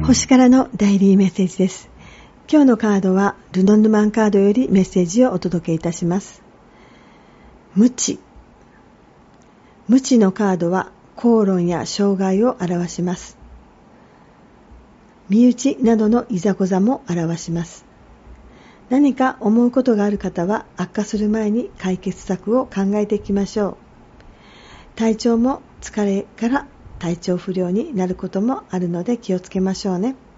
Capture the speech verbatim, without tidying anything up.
星からのダイリーメッセージです。今日のカードはルノンヌマンカードよりメッセージをお届けいたします。無知。無知のカードは口論や障害を表します。身内などのいざこざも表します。何か思うことがある方は悪化する前に解決策を考えていきましょう。体調も疲れから体調不良になることもあるので気をつけましょうね。